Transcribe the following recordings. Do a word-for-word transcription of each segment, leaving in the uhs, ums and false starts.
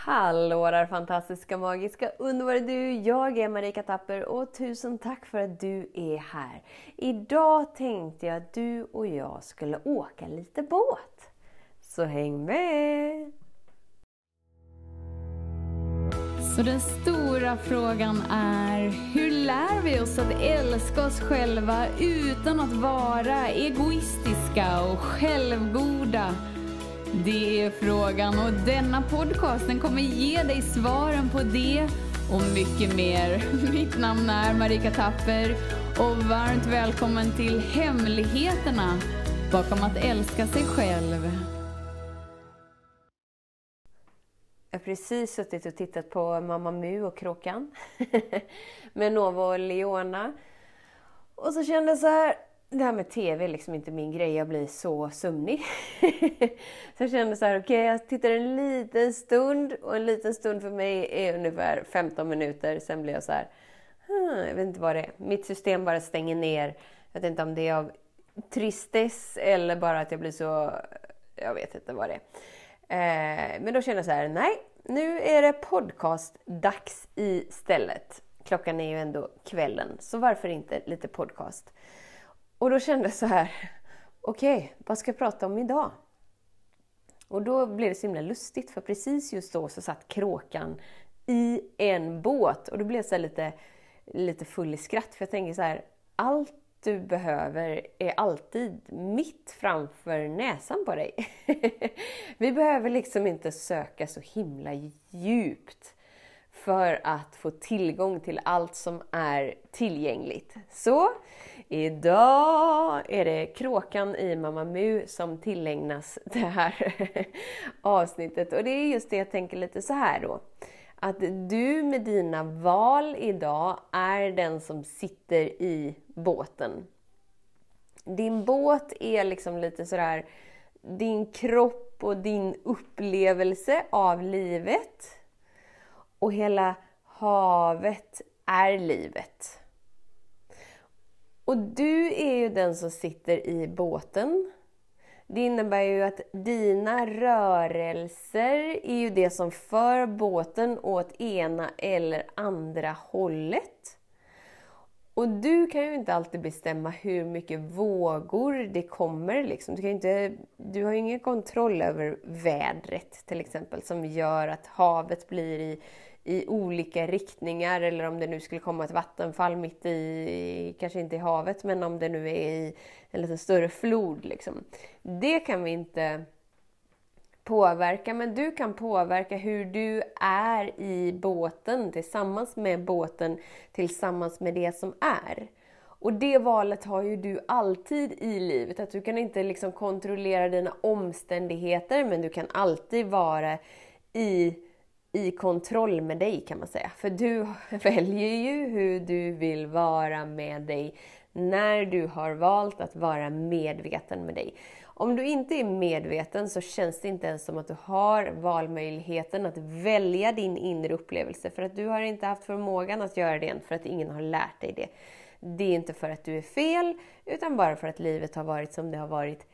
Hallå där fantastiska, magiska, underbara du! Jag är Marika Tapper och tusen tack för att du är här. Idag tänkte jag att du och jag skulle åka lite båt. Så häng med! Så den stora frågan är, hur lär vi oss att älska oss själva utan att vara egoistiska och självgoda? Det är frågan, och denna podcast den kommer ge dig svaren på det och mycket mer. Mitt namn är Marika Tapper och varmt välkommen till hemligheterna bakom att älska sig själv. Jag har precis suttit och tittat på Mamma Mu och Kråkan med Nova och Leona. Och så kände jag så här, det här med tv är liksom inte min grej, jag blir så sömnig. Så jag kände så här, okej okay, jag tittar en liten stund och en liten stund för mig är ungefär femton minuter. Sen blir jag så här, hmm, jag vet inte vad det är. Mitt system bara stänger ner. Jag vet inte om det är av tristess eller bara att jag blir så, jag vet inte vad det är. Eh, men då känner jag så här, nej, nu är det podcast-dags istället. Klockan är ju ändå kvällen, så varför inte lite podcast? Och då kände jag så här, okej, okay, vad ska jag prata om idag? Och då blev det så himla lustigt, för precis just då så satt Kråkan i en båt. Och då blev jag så här lite, lite full i skratt, för jag tänker så här, allt du behöver är alltid mitt framför näsan på dig. Vi behöver liksom inte söka så himla djupt för att få tillgång till allt som är tillgängligt. Så idag är det Kråkan i Mamma Mu som tillägnas det här avsnittet. Och det är just det jag tänker lite så här då. Att du med dina val idag är den som sitter i båten. Din båt är liksom lite sådär din kropp och din upplevelse av livet. Och hela havet är livet. Och du är ju den som sitter i båten. Det innebär ju att dina rörelser är ju det som för båten åt ena eller andra hållet. Och du kan ju inte alltid bestämma hur mycket vågor det kommer. Liksom. Du, kan inte, du har ju ingen kontroll över vädret till exempel, som gör att havet blir i, i olika riktningar. Eller om det nu skulle komma ett vattenfall mitt i, kanske inte i havet, men om det nu är i en lite större flod. Liksom. Det kan vi inte påverka, men du kan påverka hur du är i båten, tillsammans med båten, tillsammans med det som är. Och det valet har ju du alltid i livet, att du kan inte liksom kontrollera dina omständigheter, men du kan alltid vara i, i kontroll med dig, kan man säga. För du väljer ju hur du vill vara med dig när du har valt att vara medveten med dig. Om du inte är medveten så känns det inte ens som att du har valmöjligheten att välja din inre upplevelse. För att du har inte haft förmågan att göra det än, för att ingen har lärt dig det. Det är inte för att du är fel, utan bara för att livet har varit som det har varit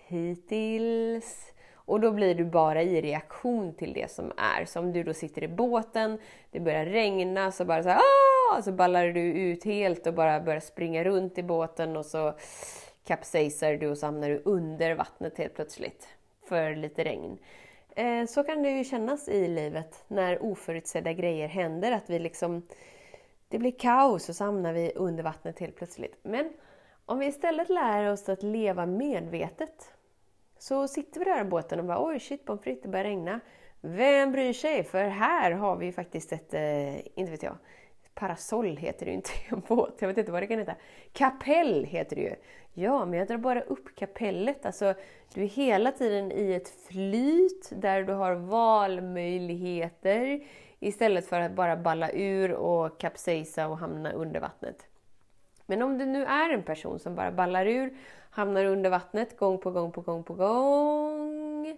hittills. Och då blir du bara i reaktion till det som är. Så om du då sitter i båten, det börjar regna, så bara så här, Aah! Så ballar du ut helt och bara börjar springa runt i båten, och så kapsejsar du och så hamnar du under vattnet helt plötsligt för lite regn. Eh, så kan det ju kännas i livet när oförutsedda grejer händer, att vi liksom, det blir kaos och så hamnar vi under vattnet helt plötsligt. Men om vi istället lär oss att leva medvetet, så sitter vi där i båten och bara, oj shit, pommes frites, det börjar regna. Vem bryr sig? För här har vi ju faktiskt ett, eh, inte vet jag, parasoll heter det ju inte en båt. Jag vet inte vad det kan heta. Kapell heter det ju. Ja, men jag drar bara upp kapellet. Alltså, du är hela tiden i ett flyt där du har valmöjligheter istället för att bara balla ur och kapsejsa och hamna under vattnet. Men om du nu är en person som bara ballar ur, hamnar under vattnet gång på gång på gång på gång.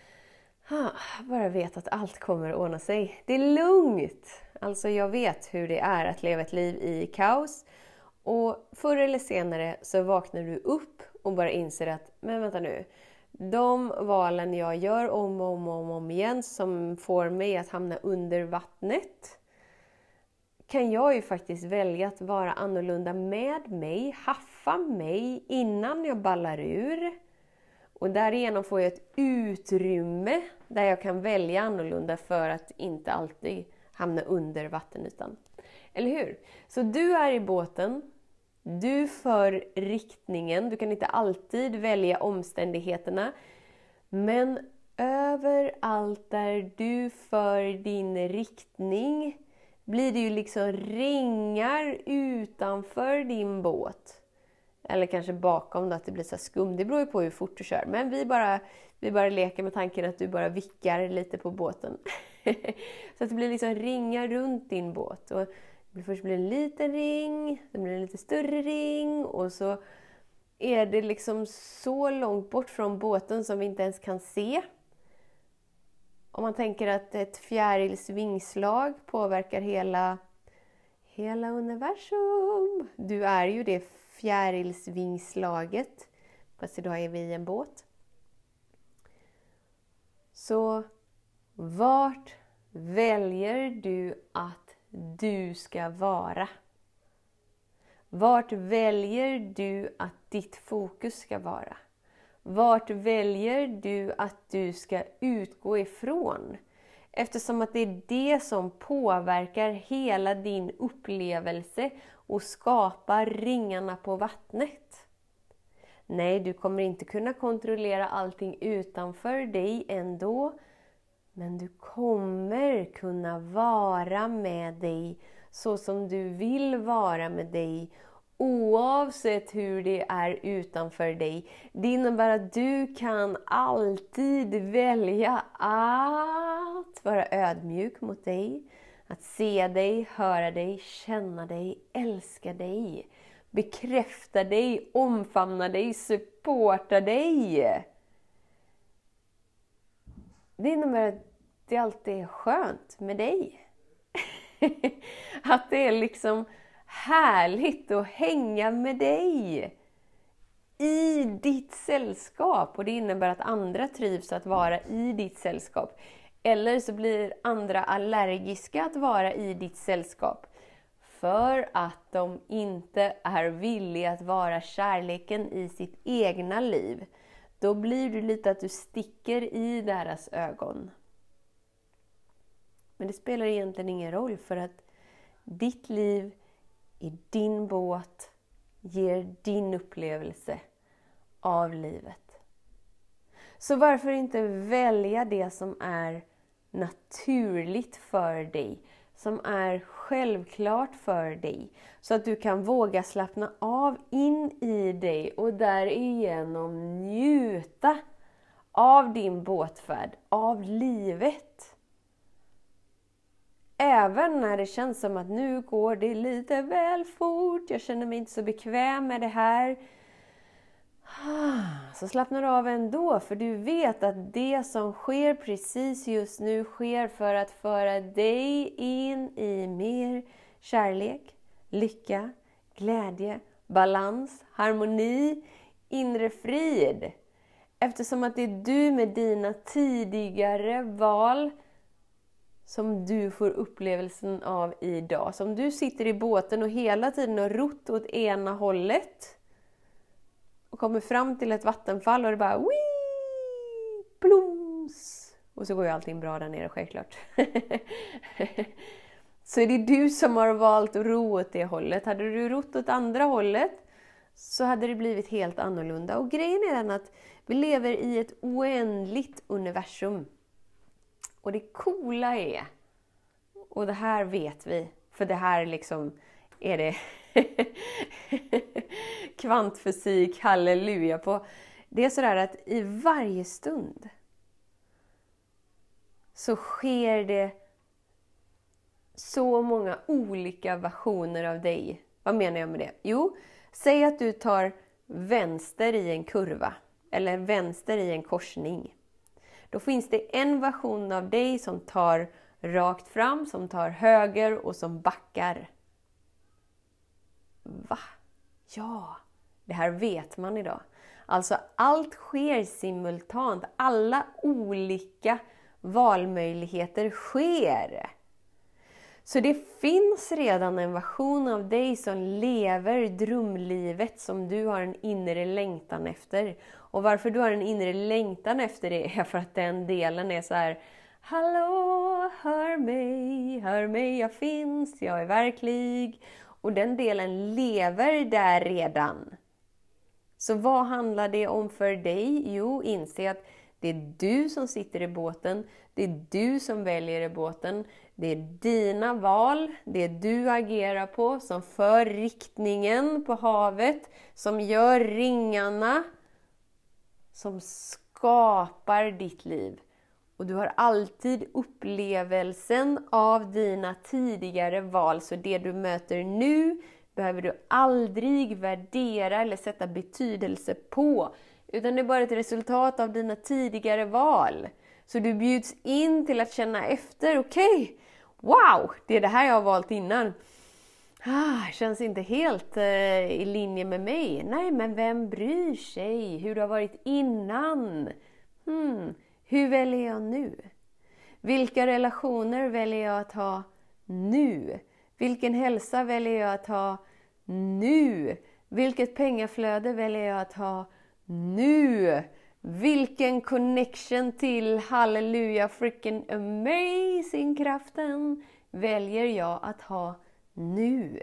Ah, bara vet att allt kommer att ordna sig. Det är lugnt. Alltså jag vet hur det är att leva ett liv i kaos. Och förr eller senare så vaknar du upp och bara inser att, men vänta nu, De valen jag gör om och om och om, om igen som får mig att hamna under vattnet, kan jag ju faktiskt välja att vara annorlunda med mig, haffa mig innan jag ballar ur. Och därigenom får jag ett utrymme där jag kan välja annorlunda för att inte alltid hamna under vattenytan. Eller hur? Så du är i båten, du för riktningen, du kan inte alltid välja omständigheterna. Men överallt där du för din riktning blir det ju liksom ringar utanför din båt. Eller kanske bakom då, att det blir så skum. Det beror ju på hur fort du kör. Men vi bara, vi bara leker med tanken att du bara vickar lite på båten. Så att det blir liksom ringar runt din båt. Och först blir det en liten ring, sen blir det en lite större ring. Och så är det liksom så långt bort från båten som vi inte ens kan se. Om man tänker att ett fjärilsvingslag påverkar hela, hela universum. Du är ju det fjärilsvingslaget. Fast idag är vi i en båt. Så vart väljer du att du ska vara? Vart väljer du att ditt fokus ska vara? Vart väljer du att du ska utgå ifrån? Eftersom att det är det som påverkar hela din upplevelse och skapar ringarna på vattnet. Nej, du kommer inte kunna kontrollera allting utanför dig ändå. Men du kommer kunna vara med dig så som du vill vara med dig. Oavsett hur det är utanför dig. Det innebär att du kan alltid välja att vara ödmjuk mot dig. Att se dig, höra dig, känna dig, älska dig. Bekräfta dig, omfamna dig, supporta dig. Det innebär att det alltid är skönt med dig. Att det är liksom härligt att hänga med dig i ditt sällskap. Och det innebär att andra trivs att vara i ditt sällskap. Eller så blir andra allergiska att vara i ditt sällskap. För att de inte är villiga att vara kärleken i sitt egna liv. Då blir det lite att du sticker i deras ögon. Men det spelar egentligen ingen roll, för att ditt liv i din båt ger din upplevelse av livet. Så varför inte välja det som är naturligt för dig, som är självklart för dig, så att du kan våga slappna av in i dig och därigenom njuta av din båtfärd, av livet. Även när det känns som att nu går det lite väl fort, jag känner mig inte så bekväm med det här. Så slappnar du av ändå, för du vet att det som sker precis just nu sker för att föra dig in i mer kärlek, lycka, glädje, balans, harmoni, inre frid. Eftersom att det är du med dina tidigare val som du får upplevelsen av idag. Som du sitter i båten och hela tiden har rott åt ena hållet. Och kommer fram till ett vattenfall och det bara wii, plums. Och så går ju allting bra där nere, självklart. Så är det du som har valt att ro åt det hållet. Hade du rott åt andra hållet så hade det blivit helt annorlunda. Och grejen är den att vi lever i ett oändligt universum. Och det coola är, och det här vet vi, för det här liksom är det kvantfysik, halleluja på. Det är sådär att i varje stund så sker det så många olika versioner av dig. Vad menar jag med det? Jo, säg att du tar vänster i en kurva eller vänster i en korsning. Då finns det en version av dig som tar rakt fram, som tar höger och som backar. Va? Ja, det här vet man idag. Alltså allt sker simultant. Alla olika valmöjligheter sker. Så det finns redan en version av dig som lever drömlivet som du har en inre längtan efter. Och varför du har en inre längtan efter det är för att den delen är så här: hallå, hör mig, hör mig, jag finns, jag är verklig. Och den delen lever där redan. Så vad handlar det om för dig? Jo, inse att det är du som sitter i båten. Det är du som väljer i båten. Det är dina val. Det är du agerar på som för riktningen på havet. Som gör ringarna. Som skapar ditt liv. Och du har alltid upplevelsen av dina tidigare val. Så det du möter nu behöver du aldrig värdera eller sätta betydelse på. Utan det är bara ett resultat av dina tidigare val. Så du bjuds in till att känna efter. Okej, okay, wow, det är det här jag har valt innan. Ah, känns inte helt eh, i linje med mig. Nej, men vem bryr sig hur det har varit innan? Hmm, hur väljer jag nu? Vilka relationer väljer jag att ha nu? Vilken hälsa väljer jag att ha nu? Vilket pengaflöde väljer jag att ha nu? Vilken connection till halleluja freaking amazing kraften väljer jag att ha nu?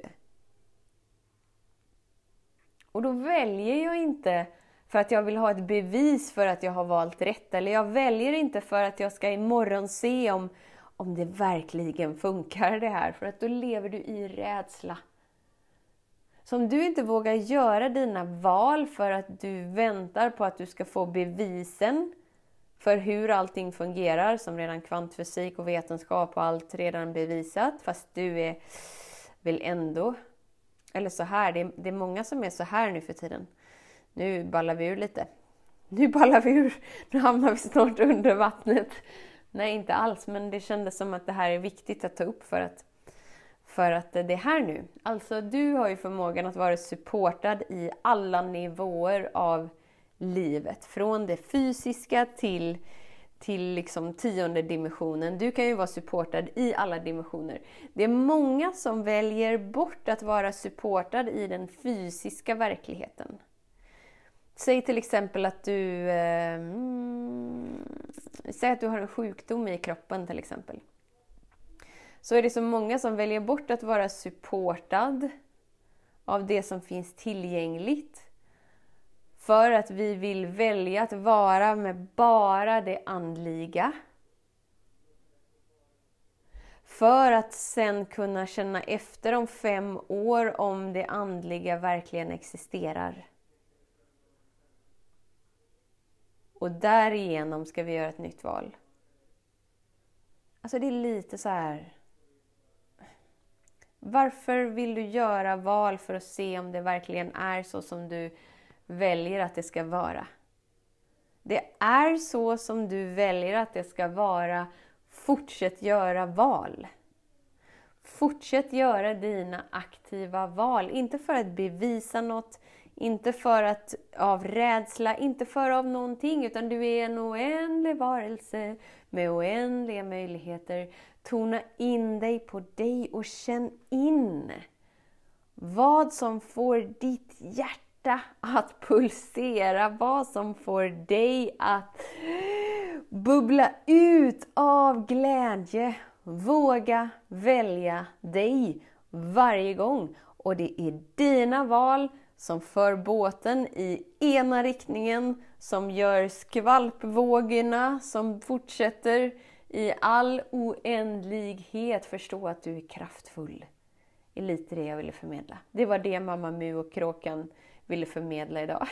Och då väljer jag inte för att jag vill ha ett bevis för att jag har valt rätt. Eller jag väljer inte för att jag ska imorgon se om, om det verkligen funkar det här. För att då lever du i rädsla. Så om du inte vågar göra dina val för att du väntar på att du ska få bevisen för hur allting fungerar, som redan kvantfysik och vetenskap och allt redan bevisat, fast du är väl ändå, eller så här, det är, det är många som är så här nu för tiden. Nu ballar vi ur lite. Nu ballar vi ur, nu hamnar vi snart under vattnet. Nej, inte alls, men det kändes som att det här är viktigt att ta upp för att För att det är här nu. Alltså du har ju förmågan att vara supportad i alla nivåer av livet. Från det fysiska till, till liksom tionde dimensionen. Du kan ju vara supportad i alla dimensioner. Det är många som väljer bort att vara supportad i den fysiska verkligheten. Säg till exempel att du... Eh, mm, säg att du har en sjukdom i kroppen till exempel. Så är det så många som väljer bort att vara supportad av det som finns tillgängligt. För att vi vill välja att vara med bara det andliga. För att sen kunna känna efter om fem år om det andliga verkligen existerar. Och därigenom ska vi göra ett nytt val. Alltså det är lite så här... Varför vill du göra val för att se om det verkligen är så som du väljer att det ska vara? Det är så som du väljer att det ska vara. Fortsätt göra val. Fortsätt göra dina aktiva val. Inte för att bevisa något. Inte för att av rädsla. Inte för av någonting. Utan du är en oändlig varelse med oändliga möjligheter. Tona in dig på dig och känn in vad som får ditt hjärta att pulsera. Vad som får dig att bubbla ut av glädje. Våga välja dig varje gång. Och det är dina val som för båten i ena riktningen. Som gör skvalpvågorna som fortsätter i all oändlighet. Förstå att du är kraftfull. Det är lite det jag ville förmedla. Det var det Mamma Mu och Kråkan ville förmedla idag.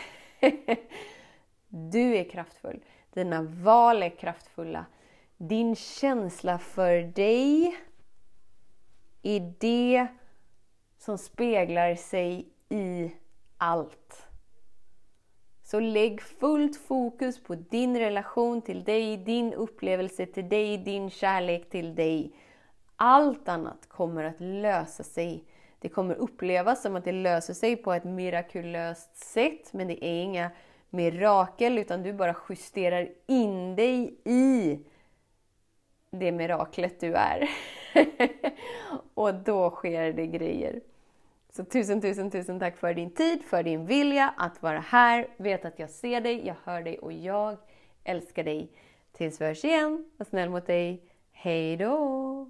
Du är kraftfull. Dina val är kraftfulla. Din känsla för dig är det som speglar sig i allt. Så lägg fullt fokus på din relation till dig, din upplevelse till dig, din kärlek till dig. Allt annat kommer att lösa sig. Det kommer upplevas som att det löser sig på ett mirakulöst sätt, men det är inga mirakel, utan du bara justerar in dig i det miraklet du är. Och då sker det grejer. Så tusen, tusen, tusen tack för din tid, för din vilja att vara här. Vet att jag ser dig, jag hör dig och jag älskar dig. Tills vi hörs igen, var snäll mot dig. Hej då!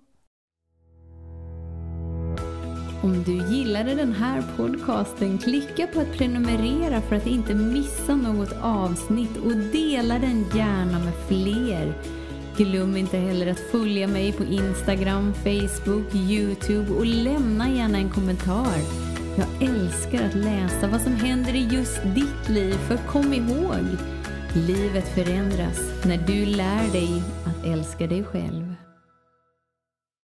Om du gillade den här podcasten, klicka på att prenumerera för att inte missa något avsnitt och dela den gärna med fler. Glöm inte heller att följa mig på Instagram, Facebook, YouTube och lämna gärna en kommentar. Jag älskar att läsa vad som händer i just ditt liv, för kom ihåg, livet förändras när du lär dig att älska dig själv.